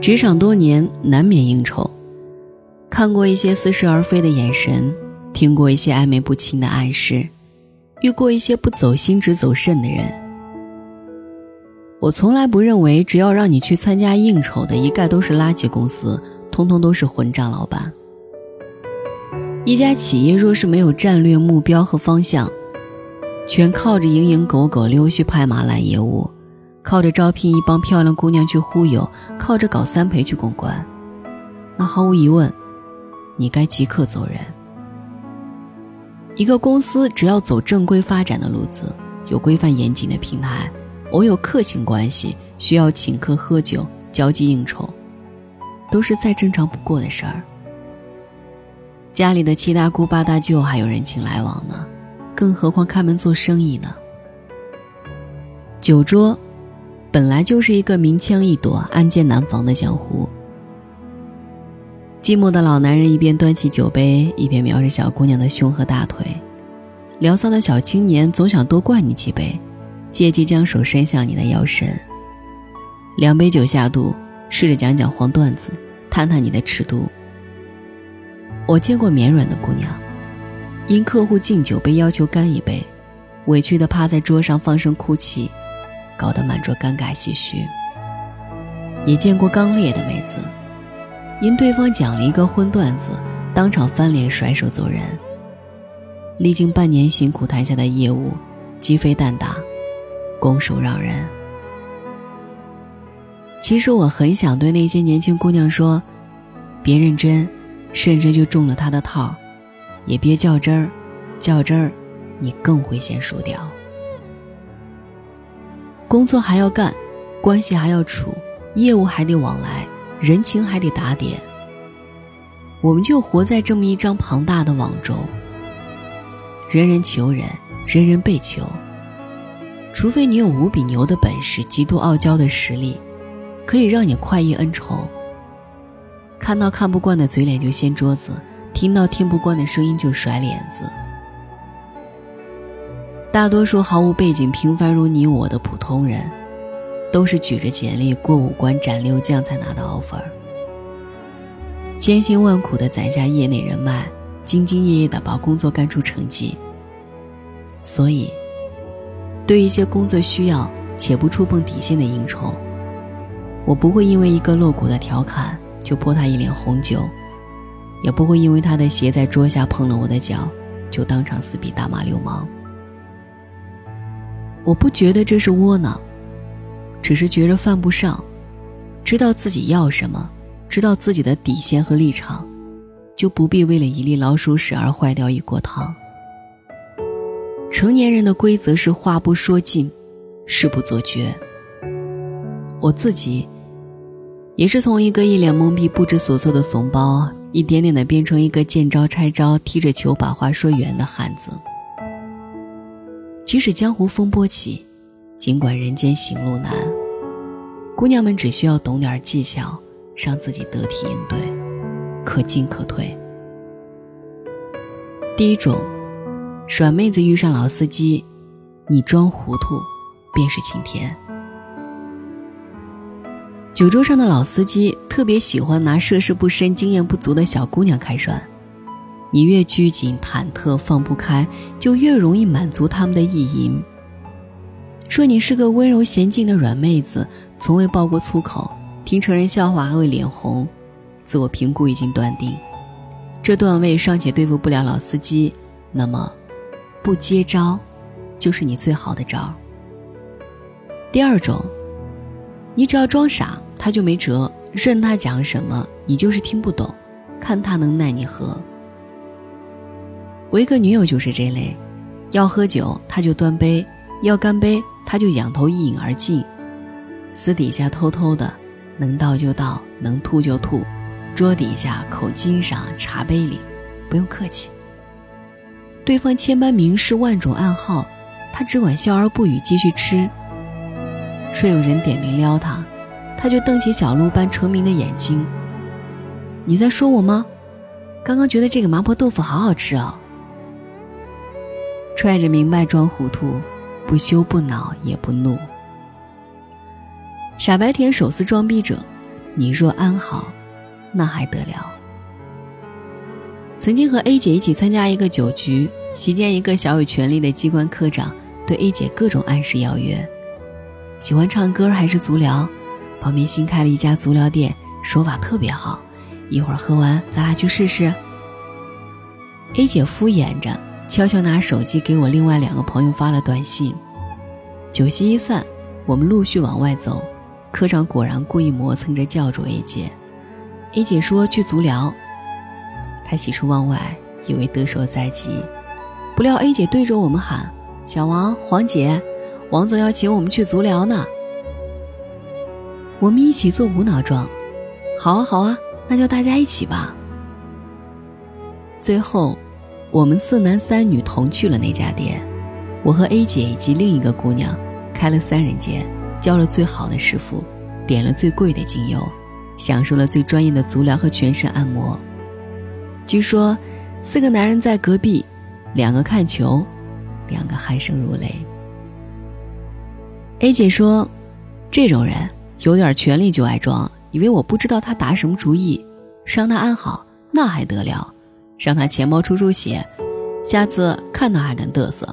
职场多年，难免应酬，看过一些似是而非的眼神，听过一些暧昧不清的暗示，遇过一些不走心只走肾的人。我从来不认为只要让你去参加应酬的一概都是垃圾公司，通通都是混账老板。一家企业若是没有战略目标和方向，全靠着蝇营狗苟溜须拍马揽业务，靠着招聘一帮漂亮姑娘去忽悠，靠着搞3陪去公关，那毫无疑问你该即刻走人。一个公司只要走正规发展的路子，有规范严谨的平台，偶有客情关系，需要请客喝酒交际应酬，都是再正常不过的事儿。家里的7大姑8大舅还有人情来往呢，更何况开门做生意呢。酒桌本来就是一个明枪易躲暗箭难防的江湖。寂寞的老男人一边端起酒杯，一边瞄着小姑娘的胸和大腿，聊骚的小青年总想多灌你几杯，借机将手伸向你的腰身。2杯酒下肚，试着讲讲黄段子，探探你的尺度。我见过绵软的姑娘，因客户敬酒被要求干一杯，委屈地趴在桌上放声哭泣，搞得满桌尴尬唏嘘。也见过刚烈的妹子，因对方讲了一个荤段子，当场翻脸甩手走人。历经半年辛苦谈下的业务，鸡飞蛋打，拱手让人。其实我很想对那些年轻姑娘说，别认真，甚至就中了他的套，也别较真儿，较真儿你更会先输掉。工作还要干，关系还要处，业务还得往来，人情还得打点，我们就活在这么一张庞大的网中，人人求人，人人被求。除非你有无比牛的本事，极度傲娇的实力，可以让你快意恩仇，看到看不惯的嘴脸就掀桌子，听到听不惯的声音就甩脸子。大多数毫无背景平凡如你我的普通人，都是举着简历过5关斩6将才拿到 offer， 千辛万苦地攒下业内人脉，兢兢业业地把工作干出成绩。所以对于一些工作需要且不触碰底线的应酬，我不会因为一个露骨的调侃就泼他一脸红酒，也不会因为他的鞋在桌下碰了我的脚就当场撕逼大骂流氓。我不觉得这是窝囊，只是觉着犯不上，知道自己要什么，知道自己的底线和立场，就不必为了一粒老鼠屎而坏掉一锅汤。成年人的规则是话不说尽，事不做绝。我自己也是从一个一脸懵逼不知所措的怂包，一点点地变成一个见招拆招踢着球把话说圆的汉子。即使江湖风波起，尽管人间行路难，姑娘们只需要懂点技巧，让自己得体应对，可进可退。第一种，软妹子遇上老司机，你装糊涂便是晴天。酒桌上的老司机特别喜欢拿涉世不深经验不足的小姑娘开涮，你越拘谨忐忑放不开，就越容易满足他们的意淫。说你是个温柔娴静的软妹子，从未爆过粗口，听成人笑话还会脸红，自我评估已经断定这段位尚且对付不了老司机，那么不接招就是你最好的招。第二种，你只要装傻他就没辙，任他讲什么你就是听不懂，看他能奈你何。我一个女友就是这类，要喝酒他就端杯，要干杯他就仰头一饮而尽，私底下偷偷的能倒就倒，能吐就吐，桌底下口巾上茶杯里，不用客气。对方千般明示万种暗号，他只管笑而不语继续吃。若有人点名撩他，他就瞪起小鹿般澄明的眼睛，你在说我吗？刚刚觉得这个麻婆豆腐好好吃哦。揣着明白装糊涂，不羞不恼也不怒。傻白甜手撕装逼者， 你若安好，那还得了。曾经和 A 姐一起参加一个酒局，席间一个小有权力的机关科长对 A 姐各种暗示邀约，喜欢唱歌还是足疗，旁边新开了一家足疗店，手法特别好，一会儿喝完咱俩去试试。 A 姐敷衍着，悄悄拿手机给我另外2个朋友发了短信。酒席一散，我们陆续往外走，科长果然故意磨蹭着叫住 A 姐。 A 姐说去足疗，她喜出望外，以为得手在即，不料 A 姐对着我们喊：小王、黄姐，王总要请我们去足疗呢。我们一起做无脑状，好啊好啊，那就大家一起吧。最后我们4男3女同去了那家店，我和 A 姐以及另一个姑娘开了3人间，教了最好的师傅，点了最贵的精油，享受了最专业的足疗和全身按摩。据说4个男人在隔壁，2个看球，2个鼾声如雷。 A 姐说，这种人有点权力就爱装，以为我不知道他打什么主意，让他安好那还得了，让他钱包出血，下次看他还敢嘚瑟。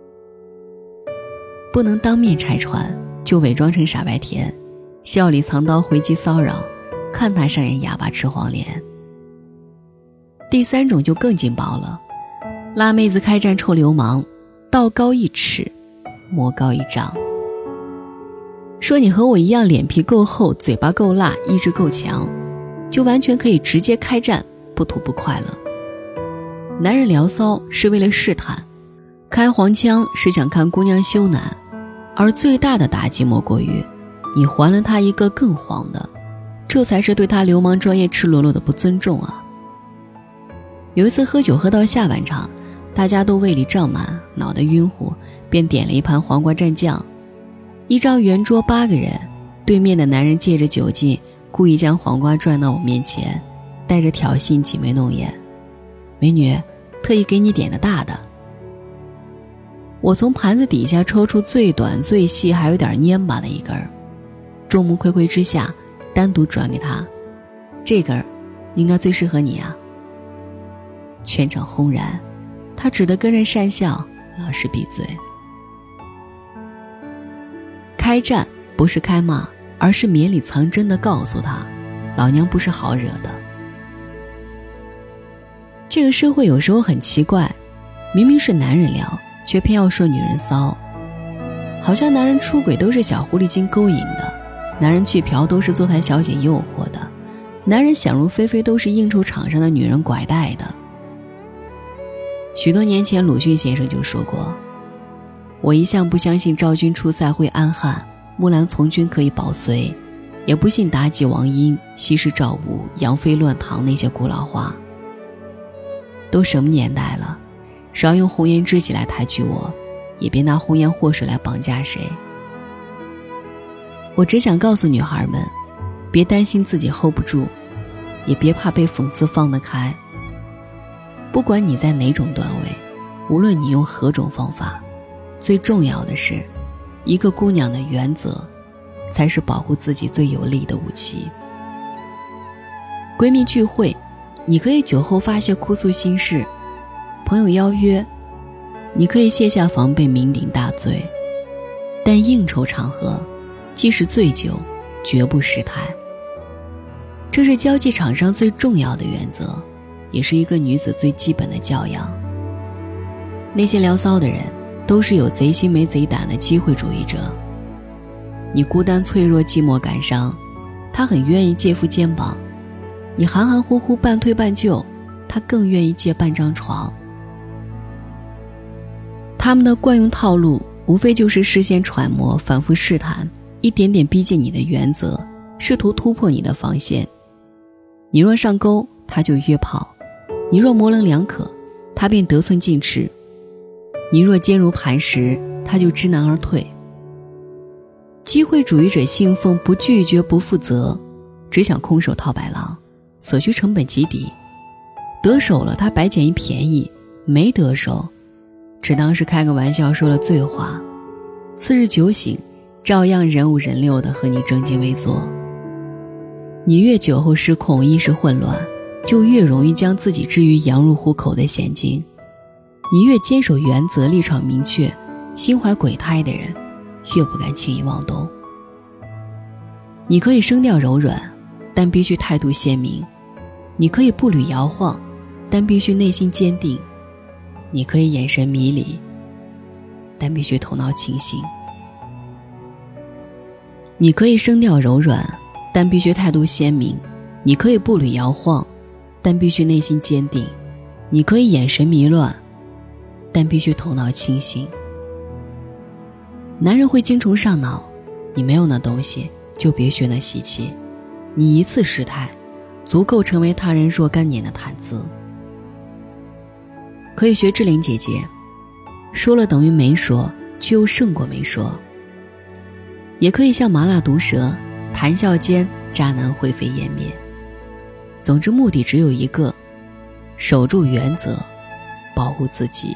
不能当面拆穿，就伪装成傻白甜，笑里藏刀回击骚扰，看他上演哑巴吃黄连。第3种就更劲爆了，辣妹子开战臭流氓，道高1尺，魔高1丈。说你和我一样脸皮够厚，嘴巴够辣，意志够强，就完全可以直接开战，不吐不快了。男人聊骚是为了试探，开黄腔是想看姑娘羞赧，而最大的打击莫过于你还了他一个更黄的，这才是对他流氓专业赤裸裸的不尊重啊。有一次喝酒喝到下半场，大家都胃里胀满，脑袋晕乎，便点了一盘黄瓜蘸酱。一张圆桌8个人，对面的男人借着酒劲，故意将黄瓜转到我面前，带着挑衅挤眉弄眼：美女，特意给你点的大的。我从盘子底下抽出最短最细还有点蔫巴的一根，众目睽睽之下单独转给他，这根应该最适合你啊。全场轰然，他只得跟人讪笑，老实闭嘴。开战不是开骂，而是绵里藏针地告诉他，老娘不是好惹的。这个社会有时候很奇怪，明明是男人聊，却偏要说女人骚，好像男人出轨都是小狐狸精勾引的，男人去嫖都是坐台小姐诱惑的，男人想入非非都是应酬场上的女人拐带的。许多年前鲁迅先生就说过，我一向不相信昭君出塞会安汉，木兰从军可以保隋，也不信妲己王英、西施赵武、杨妃乱唐那些古老话。都什么年代了，少用红颜知己来抬举我，也别拿红颜祸水来绑架谁。我只想告诉女孩们，别担心自己 hold 不住，也别怕被讽刺放得开。不管你在哪种段位，无论你用何种方法，最重要的是，一个姑娘的原则才是保护自己最有力的武器。闺蜜聚会，你可以酒后发泄哭诉心事；朋友邀约，你可以卸下防备酩酊大醉。但应酬场合，即使醉酒，绝不失态。这是交际场上最重要的原则，也是一个女子最基本的教养。那些聊骚的人，都是有贼心没贼胆的机会主义者。你孤单脆弱寂寞感伤，他很愿意借副肩膀；你含含糊糊半推半就，他更愿意借半张床。他们的惯用套路无非就是事先揣摩，反复试探，一点点逼近你的原则，试图突破你的防线。你若上钩，他就约炮；你若模棱两可，他便得寸进尺；你若坚如磐石，他就知难而退。机会主义者信奉不拒绝不负责，只想空手套白狼，所需成本极低。得手了他白捡一便宜，没得手只当是开个玩笑说了醉话，次日酒醒照样人五人六的和你正襟危坐。 你越酒后失控，意识混乱，就越容易将自己置于羊入虎口的险境。你越坚守原则，立场明确，心怀鬼胎的人越不敢轻易妄动。你可以声调柔软，但必须态度鲜明；你可以步履摇晃，但必须内心坚定；你可以眼神迷离，但必须头脑清醒。你可以声调柔软，但必须态度鲜明；你可以步履摇晃，但必须内心坚定；你可以眼神迷乱，但必须头脑清醒。男人会精虫上脑，你没有那东西，就别学那习气。你一次失态，足够成为他人若干年的谈资。可以学志玲姐姐，说了等于没说，却又胜过没说。也可以像麻辣毒蛇，谈笑间渣男灰飞烟灭。总之目的只有一个，守住原则，保护自己。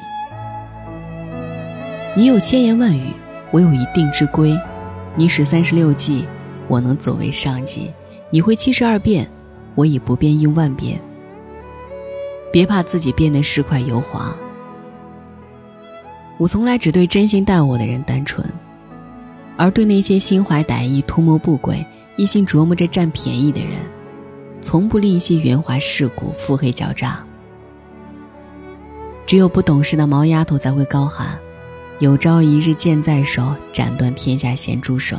你有千言万语，我有一定之规。你使36计，我能走为上计。你会72变，我以不变应万变。别怕自己变得市侩油滑。我从来只对真心待我的人单纯，而对那些心怀歹意、图谋不轨、一心琢磨着占便宜的人，从不吝惜圆滑世故、腹黑狡诈。只有不懂事的毛丫头才会高喊，有朝一日剑在手，斩断天下咸猪手。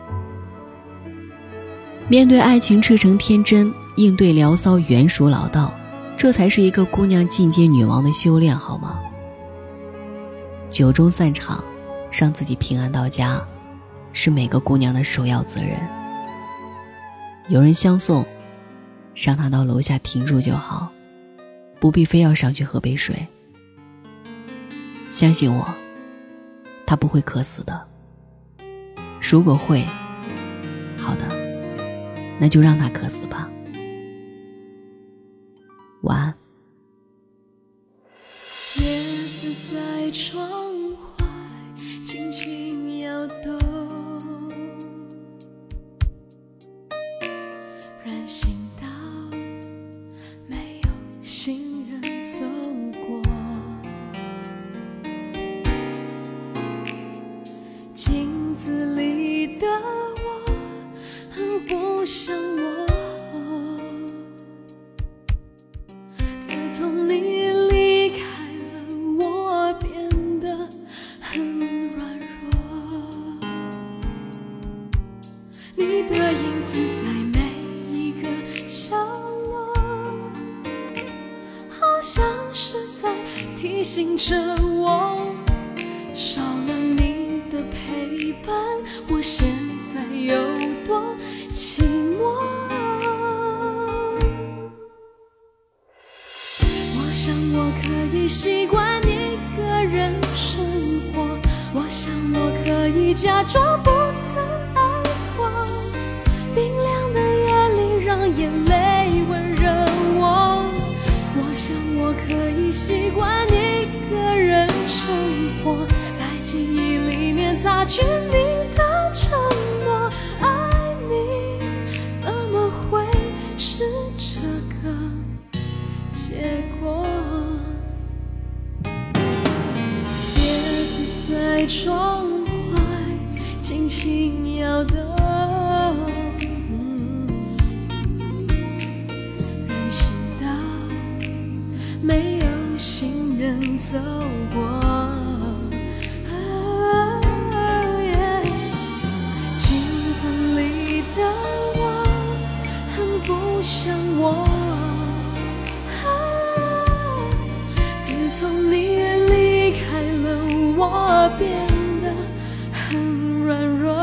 面对爱情赤诚天真，应对聊骚圆熟老道，这才是一个姑娘进阶女王的修炼，好吗？酒中散场，让自己平安到家，是每个姑娘的首要责任。有人相送，让她到楼下停住就好，不必非要上去喝杯水。相信我，她不会渴死的。如果会，好的，那就让她渴死吧。晚安。 叶子在窗外轻轻摇动，人行道没有行人走过，镜子里的我很不像我，自从你离开了，我变得很软弱。你的影子在每一个角落，好像是在提醒着我，少了你的陪伴，我现在有多寂寞。我想我可以习惯一个人生活，我想我可以假装不曾爱过，冰凉的夜里让眼泪温热我，我想我可以习惯一个人生活，在记忆里面擦去你的承诺，爱你怎么会是这个结果？叶子在窗外轻轻摇动，人行道没有行人走过，镜子里的我很不像我，自从你离开了，我变得很软弱。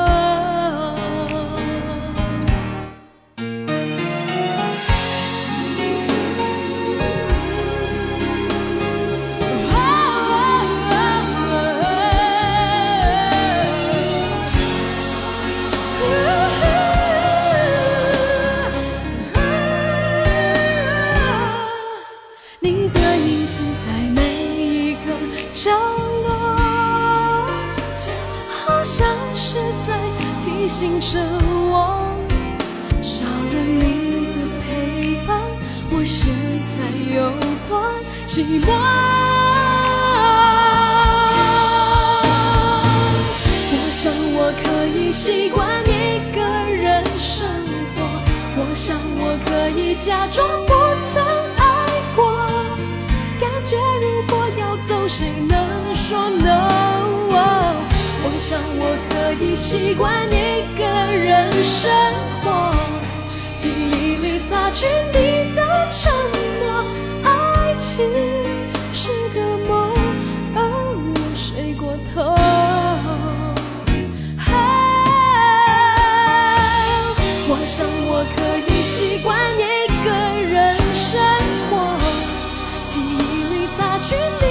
你的影子在每一个角落，好像是在提醒着我，少了你我现在有多寂寞。我想我可以习惯一个人生活，我想我可以假装不曾爱过，感觉如果要走，谁能说 no？ 我想我可以习惯一个人生活，记忆里擦去你的承诺，爱情是个梦，而我睡过头。我想我可以习惯一个人生活，记忆里擦去你